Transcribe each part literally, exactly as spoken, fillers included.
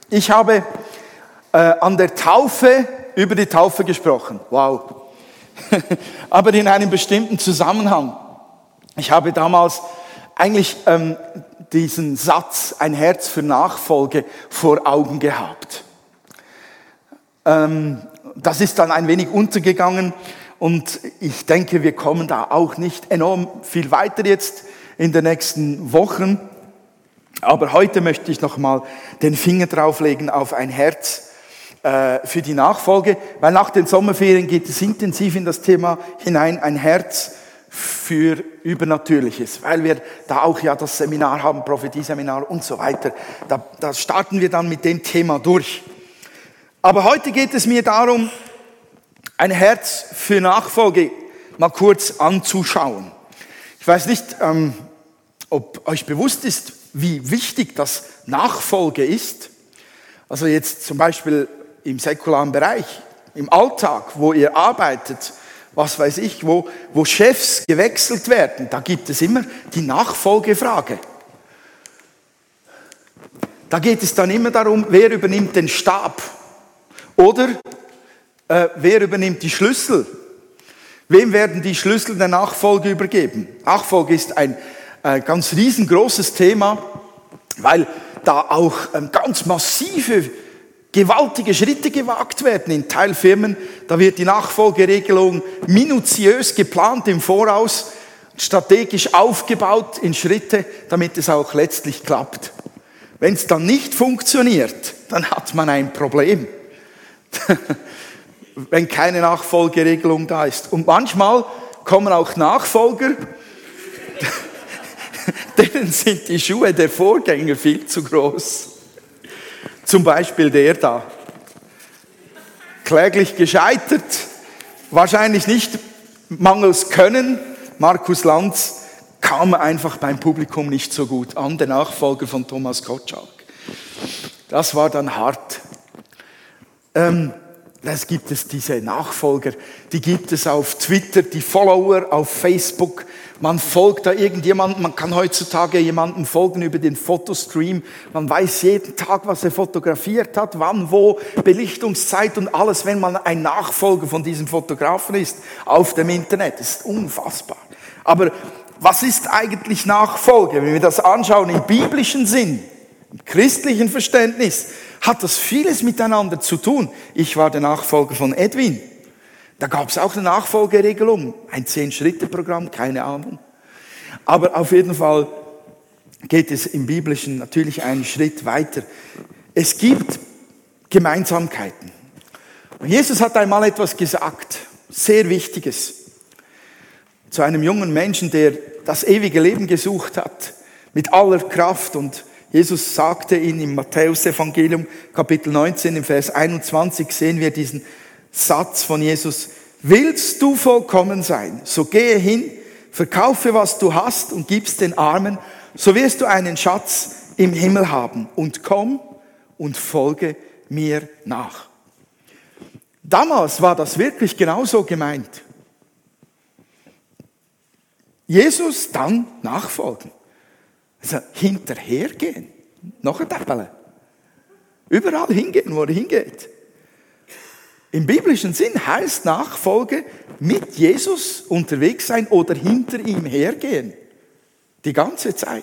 Ich habe äh, an der Taufe über die Taufe gesprochen. Wow. Aber in einem bestimmten Zusammenhang. Ich habe damals eigentlich ähm, diesen Satz, ein Herz für Nachfolge, vor Augen gehabt. Ähm, das ist dann ein wenig untergegangen und ich denke, wir kommen da auch nicht enorm viel weiter jetzt in den nächsten Wochen. Aber heute möchte ich noch mal den Finger drauflegen auf ein Herz äh, für die Nachfolge, weil nach den Sommerferien geht es intensiv in das Thema hinein, ein Herz für Übernatürliches, weil wir da auch ja das Seminar haben, Prophetie-Seminar und so weiter. Da, da starten wir dann mit dem Thema durch. Aber heute geht es mir darum, ein Herz für Nachfolge mal kurz anzuschauen. Ich weiß nicht, ähm, ob euch bewusst ist, wie wichtig das Nachfolge ist. Also jetzt zum Beispiel im säkularen Bereich, im Alltag, wo ihr arbeitet, was weiß ich, wo, wo Chefs gewechselt werden, da gibt es immer die Nachfolgefrage. Da geht es dann immer darum, wer übernimmt den Stab oder äh, wer übernimmt die Schlüssel. Wem werden die Schlüssel der Nachfolge übergeben? Nachfolge ist ein äh, ganz riesengroßes Thema, weil da auch ähm, ganz massive gewaltige Schritte gewagt werden in Teilfirmen. Da wird die Nachfolgeregelung minutiös geplant im Voraus, strategisch aufgebaut in Schritte, damit es auch letztlich klappt. Wenn es dann nicht funktioniert, dann hat man ein Problem. Wenn keine Nachfolgeregelung da ist. Und manchmal kommen auch Nachfolger, denen sind die Schuhe der Vorgänger viel zu groß. Zum Beispiel der da. Kläglich gescheitert, wahrscheinlich nicht mangels Können. Markus Lanz kam einfach beim Publikum nicht so gut an, der Nachfolger von Thomas Gottschalk. Das war dann hart. Ähm, das gibt es, diese Nachfolger, die gibt es auf Twitter, die Follower auf Facebook. Man folgt da irgendjemandem, man kann heutzutage jemandem folgen über den Fotostream. Man weiß jeden Tag, was er fotografiert hat, wann, wo, Belichtungszeit und alles, wenn man ein Nachfolger von diesem Fotografen ist, auf dem Internet. Das ist unfassbar. Aber was ist eigentlich Nachfolge? Wenn wir das anschauen im biblischen Sinn, im christlichen Verständnis, hat das vieles miteinander zu tun. Ich war der Nachfolger von Edwin. Da gab es auch eine Nachfolgeregelung, ein Zehn-Schritte-Programm, keine Ahnung. Aber auf jeden Fall geht es im Biblischen natürlich einen Schritt weiter. Es gibt Gemeinsamkeiten. Und Jesus hat einmal etwas gesagt, sehr Wichtiges, zu einem jungen Menschen, der das ewige Leben gesucht hat, mit aller Kraft. Und Jesus sagte ihn im Matthäus-Evangelium, Kapitel neunzehn, im Vers einundzwanzig, sehen wir diesen Satz von Jesus: Willst du vollkommen sein, so gehe hin, verkaufe, was du hast und gib's den Armen, so wirst du einen Schatz im Himmel haben und komm und folge mir nach. Damals war das wirklich genauso gemeint. Jesus dann nachfolgen. Also hinterhergehen. Noch ein Täppele. Überall hingehen, wo er hingeht. Im biblischen Sinn heißt Nachfolge mit Jesus unterwegs sein oder hinter ihm hergehen. Die ganze Zeit.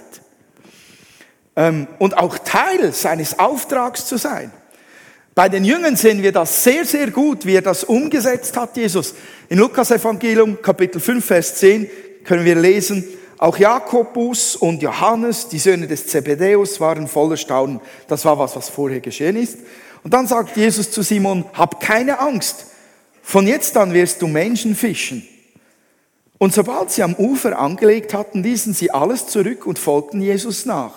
Und auch Teil seines Auftrags zu sein. Bei den Jüngern sehen wir das sehr, sehr gut, wie er das umgesetzt hat, Jesus. In Lukas-Evangelium, Kapitel fünf, Vers zehn, können wir lesen: Auch Jakobus und Johannes, die Söhne des Zebedäus, waren voller Staunen. Das war was, was vorher geschehen ist. Und dann sagt Jesus zu Simon: Hab keine Angst, von jetzt an wirst du Menschen fischen. Und sobald sie am Ufer angelegt hatten, ließen sie alles zurück und folgten Jesus nach.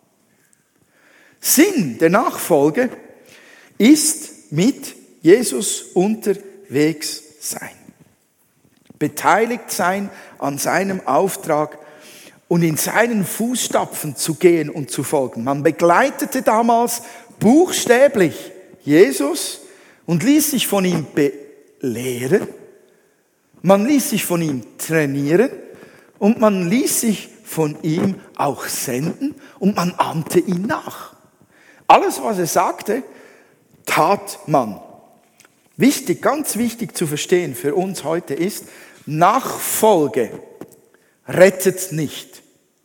Sinn der Nachfolge ist mit Jesus unterwegs sein. Beteiligt sein an seinem Auftrag und in seinen Fußstapfen zu gehen und zu folgen. Man begleitete damals buchstäblich Jesus und ließ sich von ihm belehren. Man ließ sich von ihm trainieren und man ließ sich von ihm auch senden und man ahmte ihn nach. Alles, was er sagte, tat man. Wichtig, ganz wichtig zu verstehen für uns heute ist, Nachfolge rettet nicht,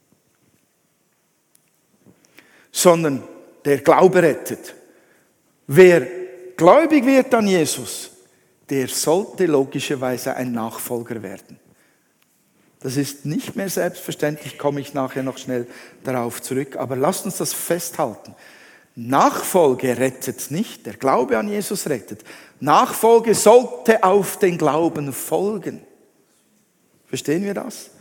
sondern der Glaube rettet. Wer gläubig wird an Jesus, der sollte logischerweise ein Nachfolger werden. Das ist nicht mehr selbstverständlich, komme ich nachher noch schnell darauf zurück, aber lasst uns das festhalten. Nachfolge rettet nicht, der Glaube an Jesus rettet. Nachfolge sollte auf den Glauben folgen. Verstehen wir das?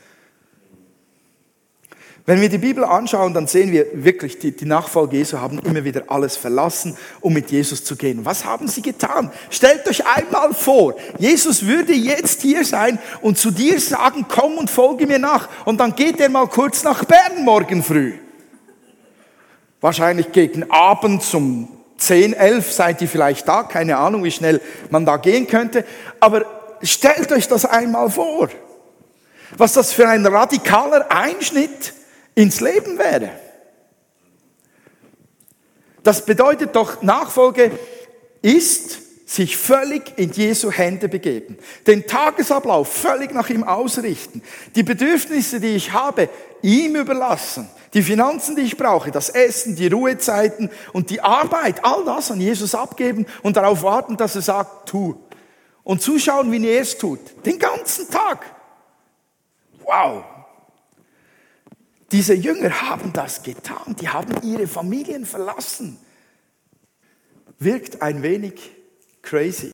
Wenn wir die Bibel anschauen, dann sehen wir wirklich, die, die Nachfolger Jesu haben immer wieder alles verlassen, um mit Jesus zu gehen. Was haben sie getan? Stellt euch einmal vor, Jesus würde jetzt hier sein und zu dir sagen, komm und folge mir nach. Und dann geht er mal kurz nach Bern morgen früh. Wahrscheinlich gegen Abend um zehn, elf seid ihr vielleicht da. Keine Ahnung, wie schnell man da gehen könnte. Aber stellt euch das einmal vor. Was das für ein radikaler Einschnitt ins Leben wäre. Das bedeutet doch, Nachfolge ist sich völlig in Jesu Hände begeben. Den Tagesablauf völlig nach ihm ausrichten. Die Bedürfnisse, die ich habe, ihm überlassen. Die Finanzen, die ich brauche, das Essen, die Ruhezeiten und die Arbeit, all das an Jesus abgeben und darauf warten, dass er sagt, tu. Und zuschauen, wie er es tut. Den ganzen Tag. Wow. Diese Jünger haben das getan. Die haben ihre Familien verlassen. Wirkt ein wenig crazy.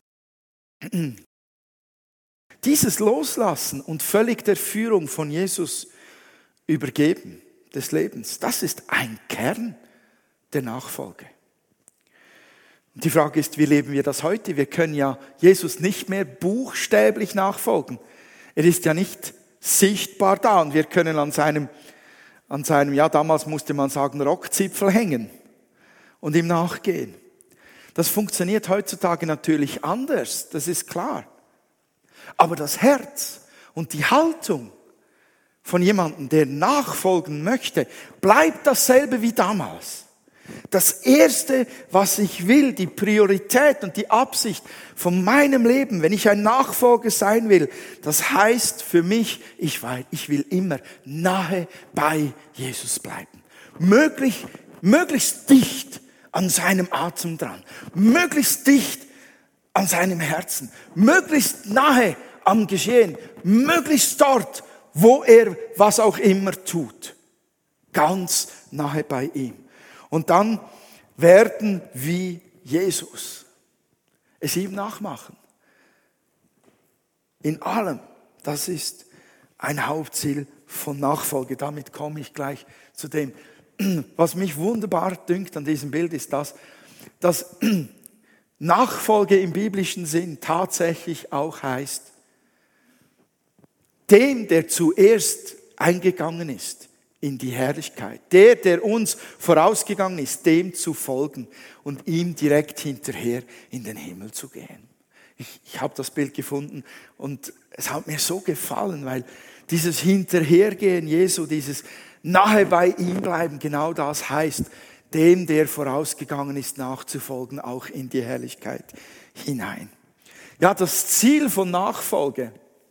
Dieses Loslassen und völlig der Führung von Jesus übergeben des Lebens, das ist ein Kern der Nachfolge. Und die Frage ist, wie leben wir das heute? Wir können ja Jesus nicht mehr buchstäblich nachfolgen. Er ist ja nicht sichtbar da und wir können an seinem, an seinem, ja damals musste man sagen, Rockzipfel hängen und ihm nachgehen. Das funktioniert heutzutage natürlich anders, das ist klar. Aber das Herz und die Haltung von jemandem, der nachfolgen möchte, bleibt dasselbe wie damals. Das Erste, was ich will, die Priorität und die Absicht von meinem Leben, wenn ich ein Nachfolger sein will, das heißt für mich, ich weiß, ich will immer nahe bei Jesus bleiben. Möglich, möglichst dicht an seinem Atem dran, möglichst dicht an seinem Herzen, möglichst nahe am Geschehen, möglichst dort, wo er was auch immer tut. Ganz nahe bei ihm. Und dann werden wie Jesus. Es ihm nachmachen. In allem. Das ist ein Hauptziel von Nachfolge. Damit komme ich gleich zu dem. Was mich wunderbar dünkt an diesem Bild ist das, dass Nachfolge im biblischen Sinn tatsächlich auch heißt, dem, der zuerst eingegangen ist in die Herrlichkeit, der, der uns vorausgegangen ist, dem zu folgen und ihm direkt hinterher in den Himmel zu gehen. Ich, ich habe das Bild gefunden und es hat mir so gefallen, weil dieses Hinterhergehen Jesu, dieses nahe bei ihm bleiben, genau das heißt, dem, der vorausgegangen ist, nachzufolgen, auch in die Herrlichkeit hinein. Ja, das Ziel von Nachfolge,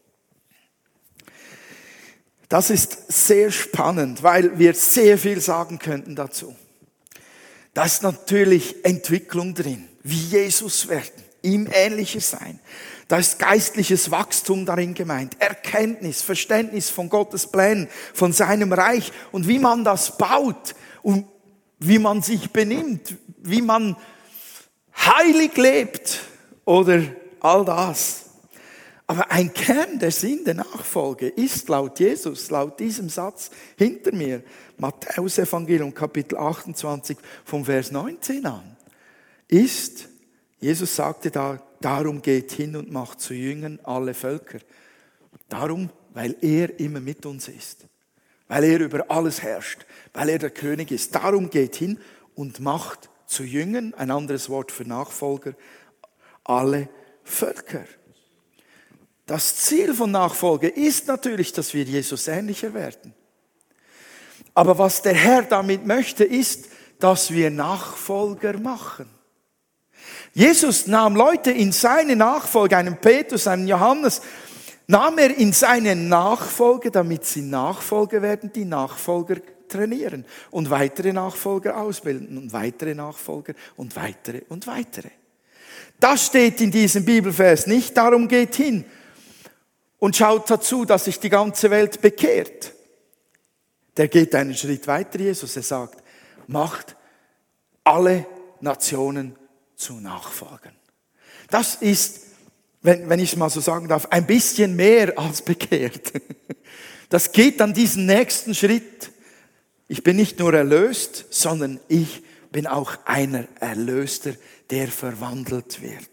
das ist sehr spannend, weil wir sehr viel sagen könnten dazu. Da ist natürlich Entwicklung drin, wie Jesus werden, ihm ähnlicher sein. Da ist geistliches Wachstum darin gemeint, Erkenntnis, Verständnis von Gottes Plänen, von seinem Reich und wie man das baut und wie man sich benimmt, wie man heilig lebt oder all das. Aber ein Kern der Sinn der Nachfolge ist laut Jesus, laut diesem Satz hinter mir, Matthäus Evangelium Kapitel achtundzwanzig vom Vers neunzehn an, ist, Jesus sagte da, darum geht hin und macht zu Jüngern alle Völker. Darum, weil er immer mit uns ist, weil er über alles herrscht, weil er der König ist. Darum geht hin und macht zu Jüngern, ein anderes Wort für Nachfolger, alle Völker. Das Ziel von Nachfolge ist natürlich, dass wir Jesus ähnlicher werden. Aber was der Herr damit möchte, ist, dass wir Nachfolger machen. Jesus nahm Leute in seine Nachfolge, einen Petrus, einen Johannes, nahm er in seine Nachfolge, damit sie Nachfolger werden, die Nachfolger trainieren und weitere Nachfolger ausbilden und weitere Nachfolger und weitere und weitere. Das steht in diesem Bibelvers nicht, darum geht hin und schaut dazu, dass sich die ganze Welt bekehrt. Der geht einen Schritt weiter, Jesus, er sagt, macht alle Nationen zu Nachfolgern. Das ist, wenn, wenn ich es mal so sagen darf, ein bisschen mehr als bekehrt. Das geht an diesen nächsten Schritt. Ich bin nicht nur erlöst, sondern ich bin auch einer Erlöster, der verwandelt wird.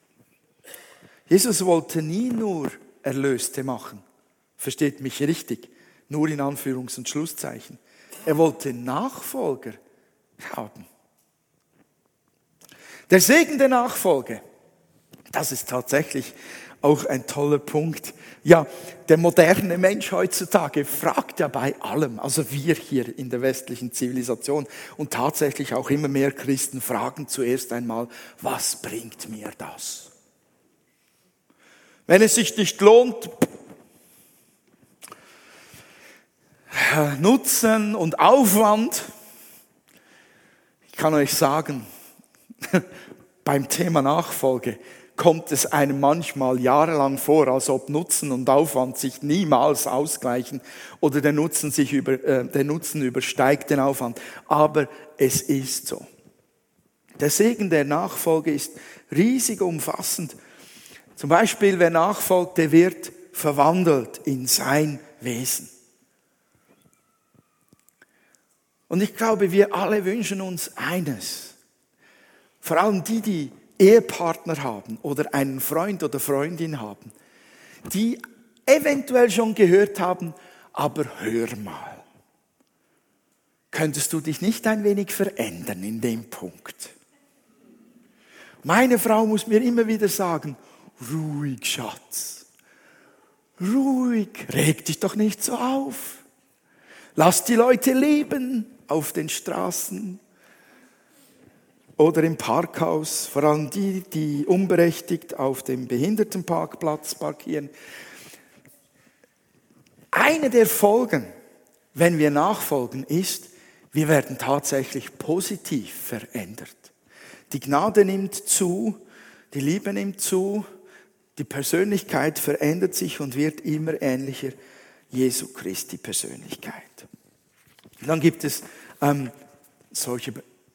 Jesus wollte nie nur Erlöste machen. Versteht mich richtig, nur in Anführungs- und Schlusszeichen. Er wollte Nachfolger haben. Der Segen der Nachfolge, das ist tatsächlich auch ein toller Punkt. Ja, der moderne Mensch heutzutage fragt ja bei allem, also wir hier in der westlichen Zivilisation und tatsächlich auch immer mehr Christen fragen zuerst einmal, was bringt mir das? Wenn es sich nicht lohnt, Nutzen und Aufwand, ich kann euch sagen, beim Thema Nachfolge kommt es einem manchmal jahrelang vor, als ob Nutzen und Aufwand sich niemals ausgleichen oder der Nutzen, sich über, äh, der Nutzen übersteigt den Aufwand. Aber es ist so. Der Segen der Nachfolge ist riesig umfassend. Zum Beispiel, wer nachfolgt, der wird verwandelt in sein Wesen. Und ich glaube, wir alle wünschen uns eines. Vor allem die, die Ehepartner haben oder einen Freund oder Freundin haben, die eventuell schon gehört haben, aber hör mal. Könntest du dich nicht ein wenig verändern in dem Punkt? Meine Frau muss mir immer wieder sagen, ruhig, Schatz. Ruhig, reg dich doch nicht so auf. Lass die Leute leben auf den Straßen oder im Parkhaus, vor allem die, die unberechtigt auf dem Behindertenparkplatz parkieren. Eine der Folgen, wenn wir nachfolgen, ist, wir werden tatsächlich positiv verändert. Die Gnade nimmt zu, die Liebe nimmt zu, die Persönlichkeit verändert sich und wird immer ähnlicher Jesu Christi Persönlichkeit. Und dann gibt es ähm, solche,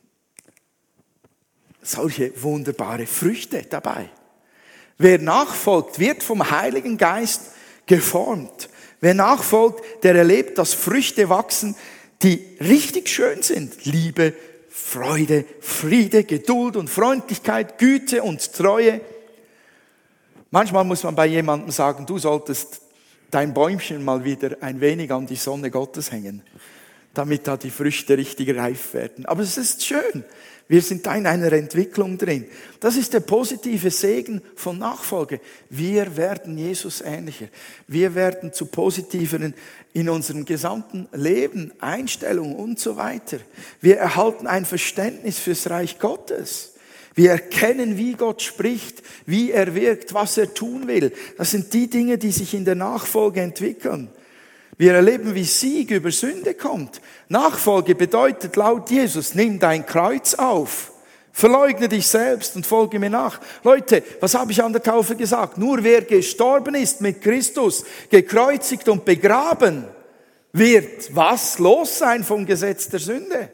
solche wunderbare Früchte dabei. Wer nachfolgt, wird vom Heiligen Geist geformt. Wer nachfolgt, der erlebt, dass Früchte wachsen, die richtig schön sind. Liebe, Freude, Friede, Geduld und Freundlichkeit, Güte und Treue. Manchmal muss man bei jemandem sagen, du solltest dein Bäumchen mal wieder ein wenig an die Sonne Gottes hängen, damit da die Früchte richtig reif werden. Aber es ist schön. Wir sind da in einer Entwicklung drin. Das ist der positive Segen von Nachfolge. Wir werden Jesus ähnlicher. Wir werden zu positiveren in unserem gesamten Leben, Einstellung und so weiter. Wir erhalten ein Verständnis fürs Reich Gottes. Wir erkennen, wie Gott spricht, wie er wirkt, was er tun will. Das sind die Dinge, die sich in der Nachfolge entwickeln. Wir erleben, wie Sieg über Sünde kommt. Nachfolge bedeutet laut Jesus, nimm dein Kreuz auf, verleugne dich selbst und folge mir nach. Leute, was habe ich an der Taufe gesagt? Nur wer gestorben ist mit Christus, gekreuzigt und begraben, wird was los sein vom Gesetz der Sünde?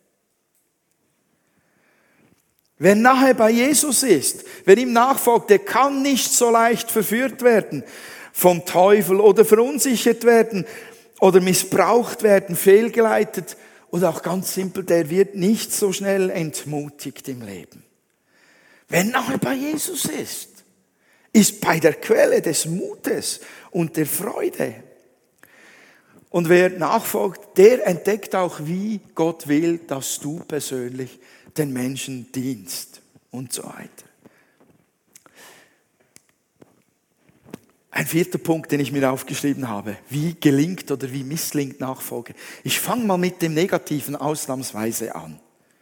Wer nahe bei Jesus ist, wer ihm nachfolgt, der kann nicht so leicht verführt werden vom Teufel oder verunsichert werden oder missbraucht werden, fehlgeleitet oder auch ganz simpel, der wird nicht so schnell entmutigt im Leben. Wer nahe bei Jesus ist, ist bei der Quelle des Mutes und der Freude. Und wer nachfolgt, der entdeckt auch, wie Gott will, dass du persönlich den Menschen dienst und so weiter. Ein vierter Punkt, den ich mir aufgeschrieben habe. Wie gelingt oder wie misslingt Nachfolge? Ich fange mal mit dem Negativen ausnahmsweise an.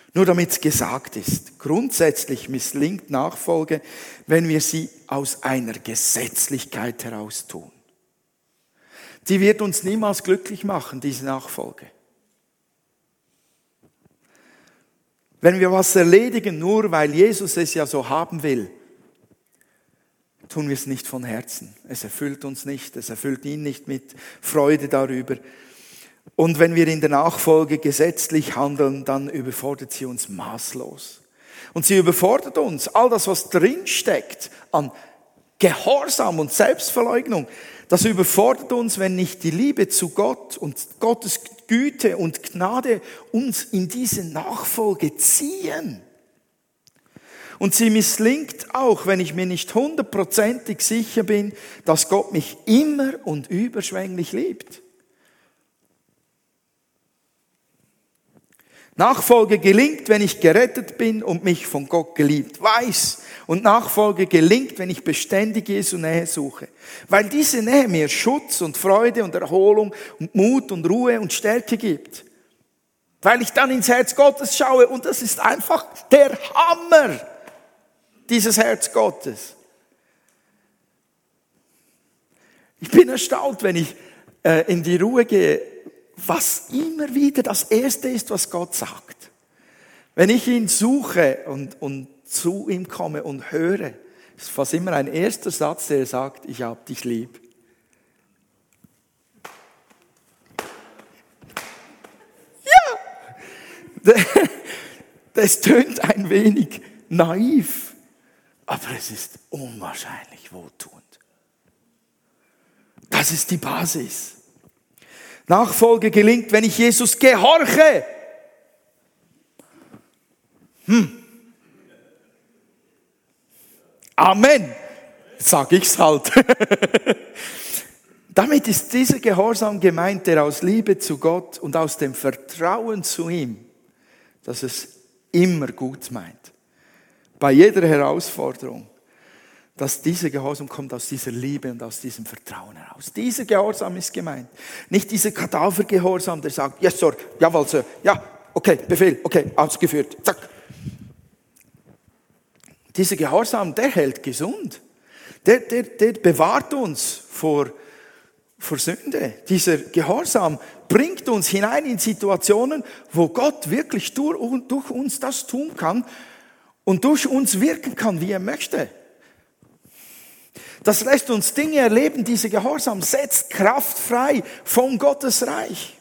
Nur damit es gesagt ist, grundsätzlich misslingt Nachfolge, wenn wir sie aus einer Gesetzlichkeit heraus tun. Die wird uns niemals glücklich machen, diese Nachfolge. Wenn wir was erledigen, nur weil Jesus es ja so haben will, tun wir es nicht von Herzen. Es erfüllt uns nicht, es erfüllt ihn nicht mit Freude darüber. Und wenn wir in der Nachfolge gesetzlich handeln, dann überfordert sie uns maßlos. Und sie überfordert uns. All das, was drinsteckt an Gehorsam und Selbstverleugnung, das überfordert uns, wenn nicht die Liebe zu Gott und Gottes Güte und Gnade uns in diese Nachfolge ziehen. Und sie misslingt auch, wenn ich mir nicht hundertprozentig sicher bin, dass Gott mich immer und überschwänglich liebt. Nachfolge gelingt, wenn ich gerettet bin und mich von Gott geliebt weiß. Und Nachfolge gelingt, wenn ich beständig Jesu Nähe suche. Weil diese Nähe mir Schutz und Freude und Erholung und Mut und Ruhe und Stärke gibt. Weil ich dann ins Herz Gottes schaue und das ist einfach der Hammer, dieses Herz Gottes. Ich bin erstaunt, wenn ich äh, in die Ruhe gehe, was immer wieder das Erste ist, was Gott sagt. Wenn ich ihn suche und, und zu ihm komme und höre, ist fast immer ein erster Satz, der sagt, ich hab dich lieb. Ja! Das tönt ein wenig naiv, aber es ist unwahrscheinlich wohltuend. Das ist die Basis. Nachfolge gelingt, wenn ich Jesus gehorche. Hm. Amen. Sag ich's halt. Damit ist dieser Gehorsam gemeint, der aus Liebe zu Gott und aus dem Vertrauen zu ihm, dass es immer gut meint. Bei jeder Herausforderung. Dass dieser Gehorsam kommt aus dieser Liebe und aus diesem Vertrauen heraus. Dieser Gehorsam ist gemeint. Nicht dieser Kadavergehorsam, der sagt, yes, sir, jawohl, sir, ja, okay, Befehl, okay, ausgeführt, zack. Dieser Gehorsam, der hält gesund. Der, der, der bewahrt uns vor, vor Sünde. Dieser Gehorsam bringt uns hinein in Situationen, wo Gott wirklich durch, durch uns das tun kann und durch uns wirken kann, wie er möchte. Das lässt uns Dinge erleben, dieser Gehorsam setzt Kraft frei von Gottes Reich.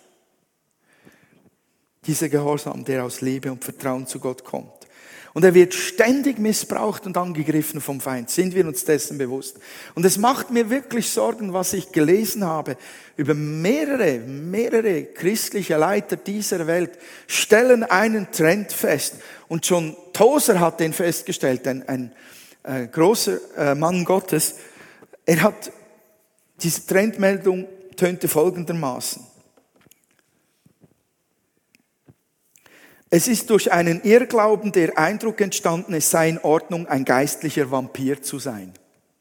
Dieser Gehorsam, der aus Liebe und Vertrauen zu Gott kommt. Und er wird ständig missbraucht und angegriffen vom Feind. Sind wir uns dessen bewusst? Und es macht mir wirklich Sorgen, was ich gelesen habe. Über mehrere, mehrere christliche Leiter dieser Welt stellen einen Trend fest. Und schon Tozer hat den festgestellt, ein, ein äh, großer äh, Mann Gottes. Er hat, diese Trendmeldung tönte folgendermaßen. Es ist durch einen Irrglauben der Eindruck entstanden, es sei in Ordnung, ein geistlicher Vampir zu sein.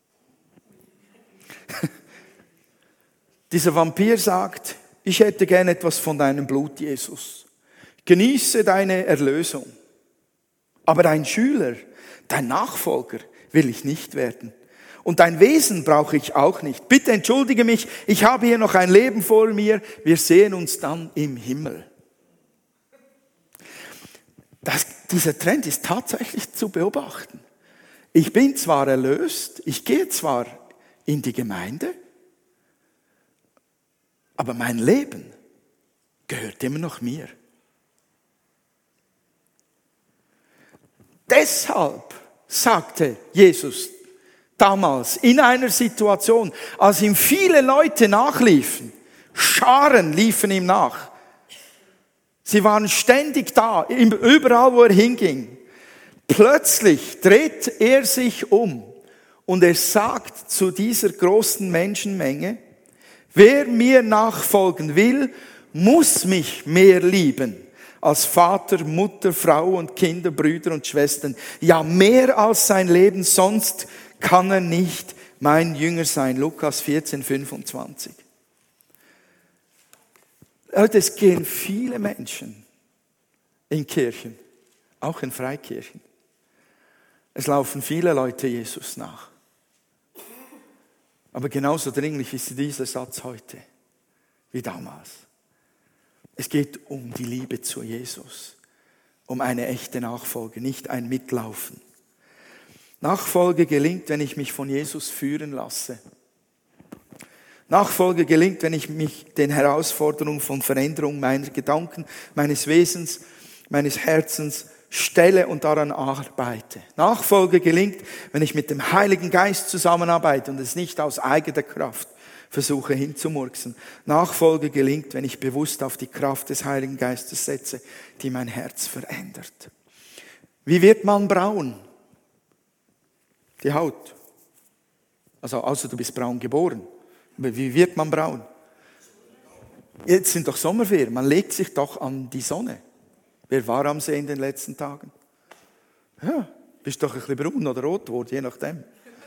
Dieser Vampir sagt, ich hätte gern etwas von deinem Blut, Jesus. Genieße deine Erlösung. Aber dein Schüler, dein Nachfolger will ich nicht werden. Und dein Wesen brauche ich auch nicht. Bitte entschuldige mich, ich habe hier noch ein Leben vor mir. Wir sehen uns dann im Himmel. Das, dieser Trend ist tatsächlich zu beobachten. Ich bin zwar erlöst, ich gehe zwar in die Gemeinde, aber mein Leben gehört immer noch mir. Deshalb sagte Jesus damals in einer Situation, als ihm viele Leute nachliefen, Scharen liefen ihm nach. Sie waren ständig da, überall wo er hinging. Plötzlich dreht er sich um und er sagt zu dieser großen Menschenmenge, wer mir nachfolgen will, muss mich mehr lieben als Vater, Mutter, Frau und Kinder, Brüder und Schwestern. Ja, mehr als sein Leben, sonst kann er nicht mein Jünger sein. Lukas vierzehn, fünfundzwanzig. Es gehen viele Menschen in Kirchen auch in Freikirchen. Es laufen viele Leute Jesus nach. Aber genauso dringlich ist dieser Satz heute wie damals. Es geht um die Liebe zu Jesus, um eine echte Nachfolge, nicht ein Mitlaufen. Nachfolge gelingt, wenn ich mich von Jesus führen lasse. Nachfolge gelingt, wenn ich mich den Herausforderungen von Veränderung meiner Gedanken, meines Wesens, meines Herzens stelle und daran arbeite. Nachfolge gelingt, wenn ich mit dem Heiligen Geist zusammenarbeite und es nicht aus eigener Kraft versuche hinzumurksen. Nachfolge gelingt, wenn ich bewusst auf die Kraft des Heiligen Geistes setze, die mein Herz verändert. Wie wird man braun? Die Haut. Also, außer du bist braun geboren. Aber wie wird man braun? Jetzt sind doch Sommerferien. Man legt sich doch an die Sonne. Wer war am See in den letzten Tagen? Ja, bist doch ein bisschen braun oder rot geworden, je nachdem.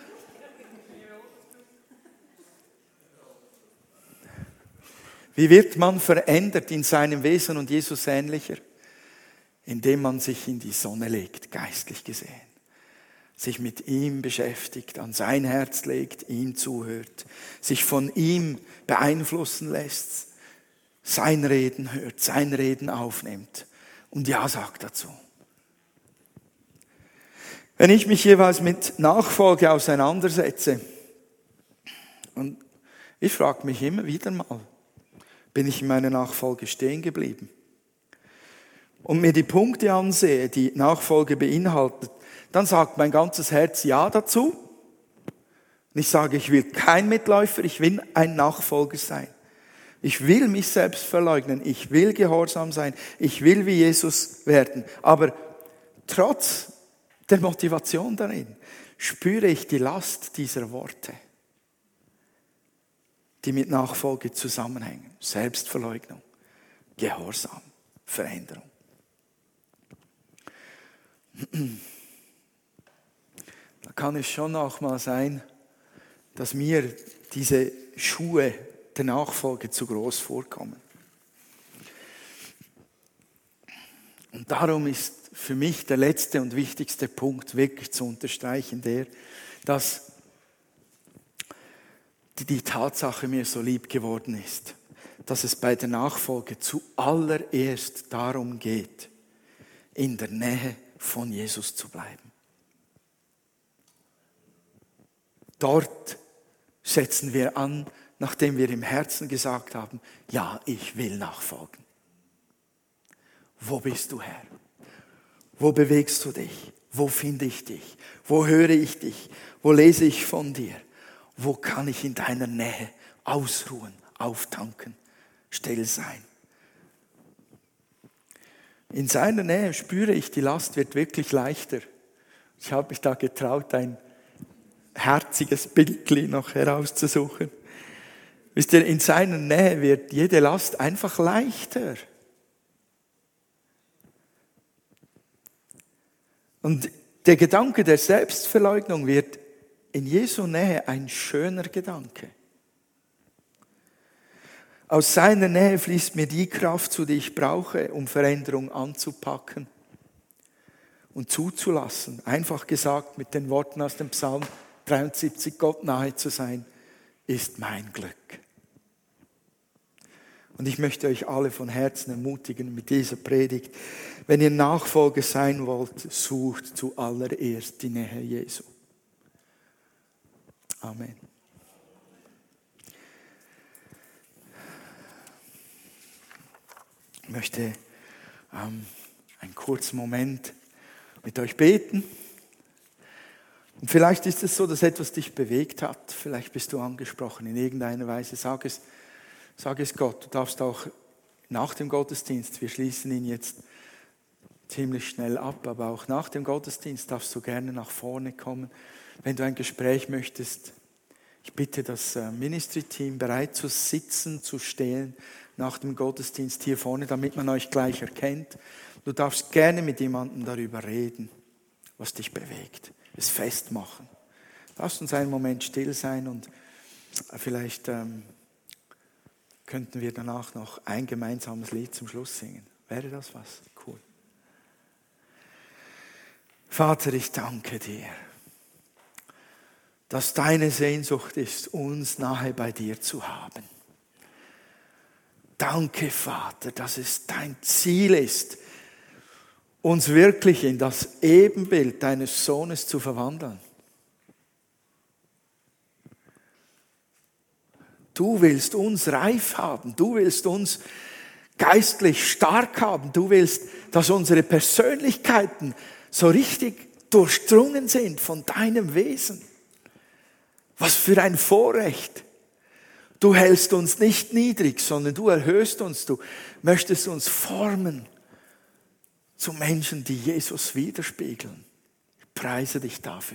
Wie wird man verändert in seinem Wesen und Jesus ähnlicher? Indem man sich in die Sonne legt, geistlich gesehen. Sich mit ihm beschäftigt, an sein Herz legt, ihm zuhört, sich von ihm beeinflussen lässt, sein Reden hört, sein Reden aufnimmt und Ja sagt dazu. Wenn ich mich jeweils mit Nachfolge auseinandersetze, und ich frage mich immer wieder mal, bin ich in meiner Nachfolge stehen geblieben? Und mir die Punkte ansehe, die Nachfolge beinhaltet, dann sagt mein ganzes Herz Ja dazu. Und ich sage, ich will kein Mitläufer, ich will ein Nachfolger sein. Ich will mich selbst verleugnen, ich will gehorsam sein, ich will wie Jesus werden. Aber trotz der Motivation darin spüre ich die Last dieser Worte, die mit Nachfolge zusammenhängen. Selbstverleugnung, Gehorsam, Veränderung. Da kann es schon auch mal sein, dass mir diese Schuhe der Nachfolge zu groß vorkommen. Und darum ist für mich der letzte und wichtigste Punkt wirklich zu unterstreichen der, dass die Tatsache mir so lieb geworden ist, dass es bei der Nachfolge zuallererst darum geht, in der Nähe von Jesus zu bleiben. Dort setzen wir an, nachdem wir im Herzen gesagt haben, ja, ich will nachfolgen. Wo bist du, Herr? Wo bewegst du dich? Wo finde ich dich? Wo höre ich dich? Wo lese ich von dir? Wo kann ich in deiner Nähe ausruhen, auftanken, still sein? In seiner Nähe spüre ich, die Last wird wirklich leichter. Ich habe mich da getraut, ein herziges Bildchen noch herauszusuchen. Wisst ihr, in seiner Nähe wird jede Last einfach leichter. Und der Gedanke der Selbstverleugnung wird in Jesu Nähe ein schöner Gedanke. Aus seiner Nähe fließt mir die Kraft zu, die ich brauche, um Veränderung anzupacken und zuzulassen. Einfach gesagt mit den Worten aus dem Psalm dreiundsiebzig, Gott nahe zu sein, ist mein Glück. Und ich möchte euch alle von Herzen ermutigen mit dieser Predigt, wenn ihr Nachfolger sein wollt, sucht zuallererst die Nähe Jesu. Amen. Ich möchte ähm, einen kurzen Moment mit euch beten. Und vielleicht ist es so, dass etwas dich bewegt hat. Vielleicht bist du angesprochen in irgendeiner Weise. Sag es, sag es Gott. Du darfst auch nach dem Gottesdienst, wir schließen ihn jetzt ziemlich schnell ab, aber auch nach dem Gottesdienst darfst du gerne nach vorne kommen. Wenn du ein Gespräch möchtest, ich bitte das Ministry-Team bereit zu sitzen, zu stehen nach dem Gottesdienst hier vorne, damit man euch gleich erkennt. Du darfst gerne mit jemandem darüber reden, was dich bewegt, es festmachen. Lass uns einen Moment still sein und vielleicht ähm, könnten wir danach noch ein gemeinsames Lied zum Schluss singen. Wäre das was? Cool. Vater, ich danke dir, dass deine Sehnsucht ist, uns nahe bei dir zu haben. Danke, Vater, dass es dein Ziel ist, uns wirklich in das Ebenbild deines Sohnes zu verwandeln. Du willst uns reif haben, du willst uns geistlich stark haben, du willst, dass unsere Persönlichkeiten so richtig durchdrungen sind von deinem Wesen. Was für ein Vorrecht. Du hältst uns nicht niedrig, sondern du erhöhst uns, du möchtest uns formen zu Menschen, die Jesus widerspiegeln. Ich preise dich dafür.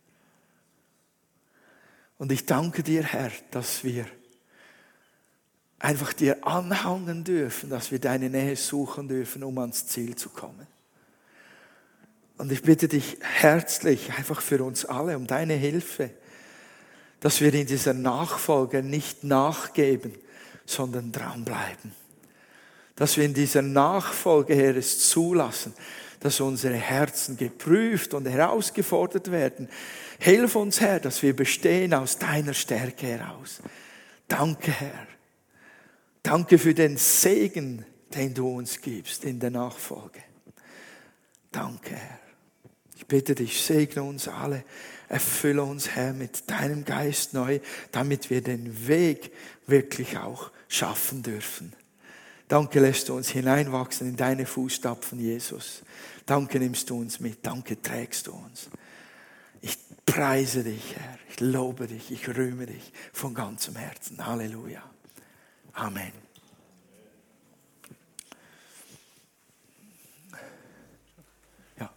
Und ich danke dir, Herr, dass wir einfach dir anhangen dürfen, dass wir deine Nähe suchen dürfen, um ans Ziel zu kommen. Und ich bitte dich herzlich, einfach für uns alle, um deine Hilfe, dass wir in dieser Nachfolge nicht nachgeben, sondern dranbleiben. Dass wir in dieser Nachfolge, Herr, es zulassen, dass unsere Herzen geprüft und herausgefordert werden. Hilf uns, Herr, dass wir bestehen aus deiner Stärke heraus. Danke, Herr. Danke für den Segen, den du uns gibst in der Nachfolge. Danke, Herr. Ich bitte dich, segne uns alle, erfülle uns, Herr, mit deinem Geist neu, damit wir den Weg wirklich auch schaffen dürfen. Danke, lässt du uns hineinwachsen in deine Fußstapfen, Jesus. Danke, nimmst du uns mit. Danke, trägst du uns. Ich preise dich, Herr. Ich lobe dich. Ich rühme dich von ganzem Herzen. Halleluja. Amen. Ja.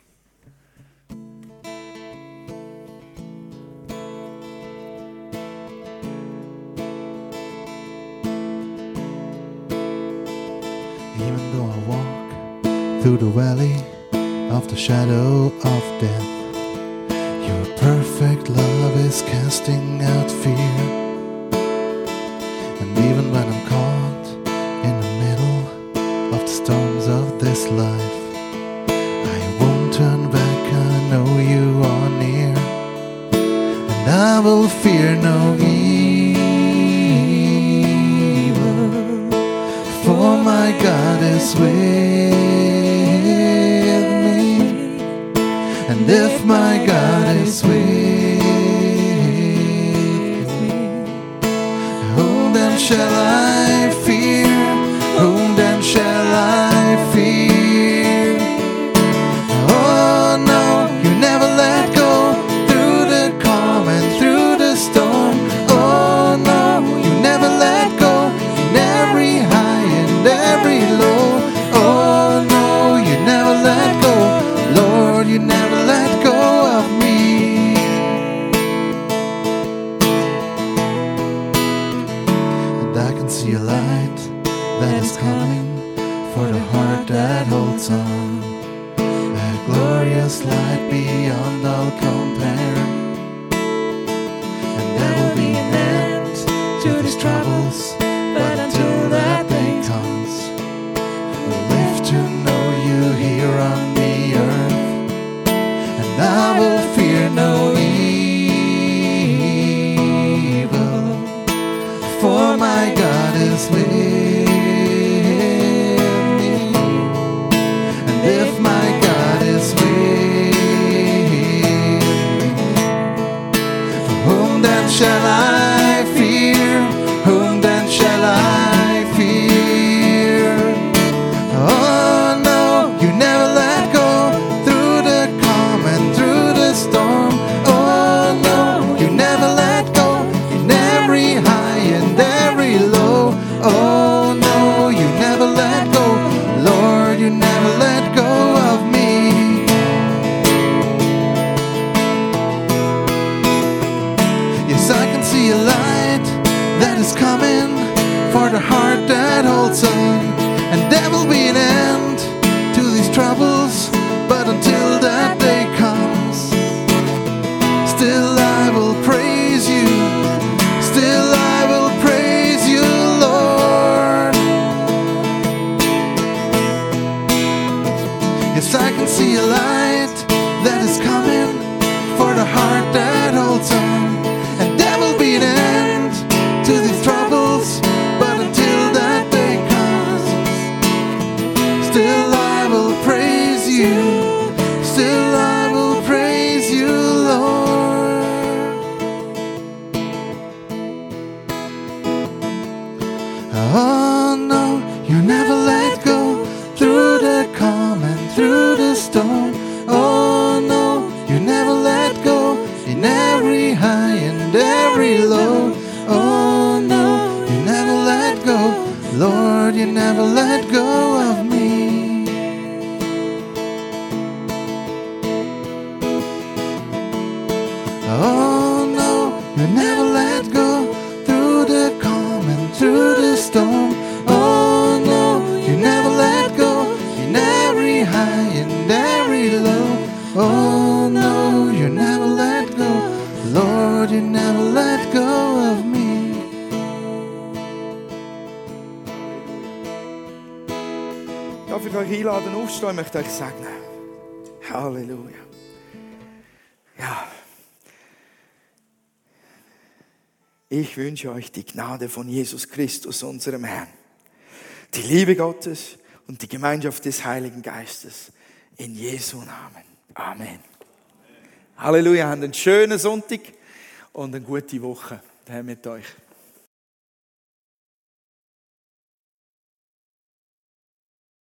Even though I walk through the valley of the shadow of death, your perfect love is casting out fear. And even when I'm caught in the middle of the storms of this life, I won't turn back, I know you are near. And I will fear no evil, for my God is with me. And if my God is with me, whom then shall I fear? Whom then shall I fear? Oh no, you never let go through the calm and through the storm. Oh no, you never let go in every high and every low. Oh no, you never let go. Lord, you never let go of me. And I can see a light that is coming for the heart that holds on. A glorious light beyond all compare. And there will be an end to these troubles, but until that day comes, we'll live to know you here on the earth. And I will fear no evil, for my God is with me. And if my God is with me, whom then shall I fear? Whom then shall I fear? Oh no, you never let go through the calm and through the storm. Oh no, you never let go in every high and every low. Oh no, you never let go. Lord, you never let go of me. Yes, I can see a light that is coming for the heart that holds on. And there will be an end to these troubles, but until that day comes, still I will praise you. Still I will praise you, Lord. Yes, I can see a light that is coming for the heart that holds on. And there will be an end to these troubles, but until that day comes, still I will praise you. Still I will praise you, Lord. Oh no, you never let go through the calm and through the storm. Oh no, you never let go in every high and every low. Oh no, you never let go, Lord, you never let go of me. Oh no, you never let go through the calm and through the storm. Oh no, you never let go in every high and every low. Oh no, you never let go, Lord, you never let go of me. Darf ich euch einladen, aufstehen? Ich möchte euch segnen. Halleluja. Ja. Ich wünsche euch die Gnade von Jesus Christus, unserem Herrn, die Liebe Gottes und die Gemeinschaft des Heiligen Geistes. In Jesu Namen. Amen. Halleluja. Habt einen schönen Sonntag und eine gute Woche. Der Herr mit euch.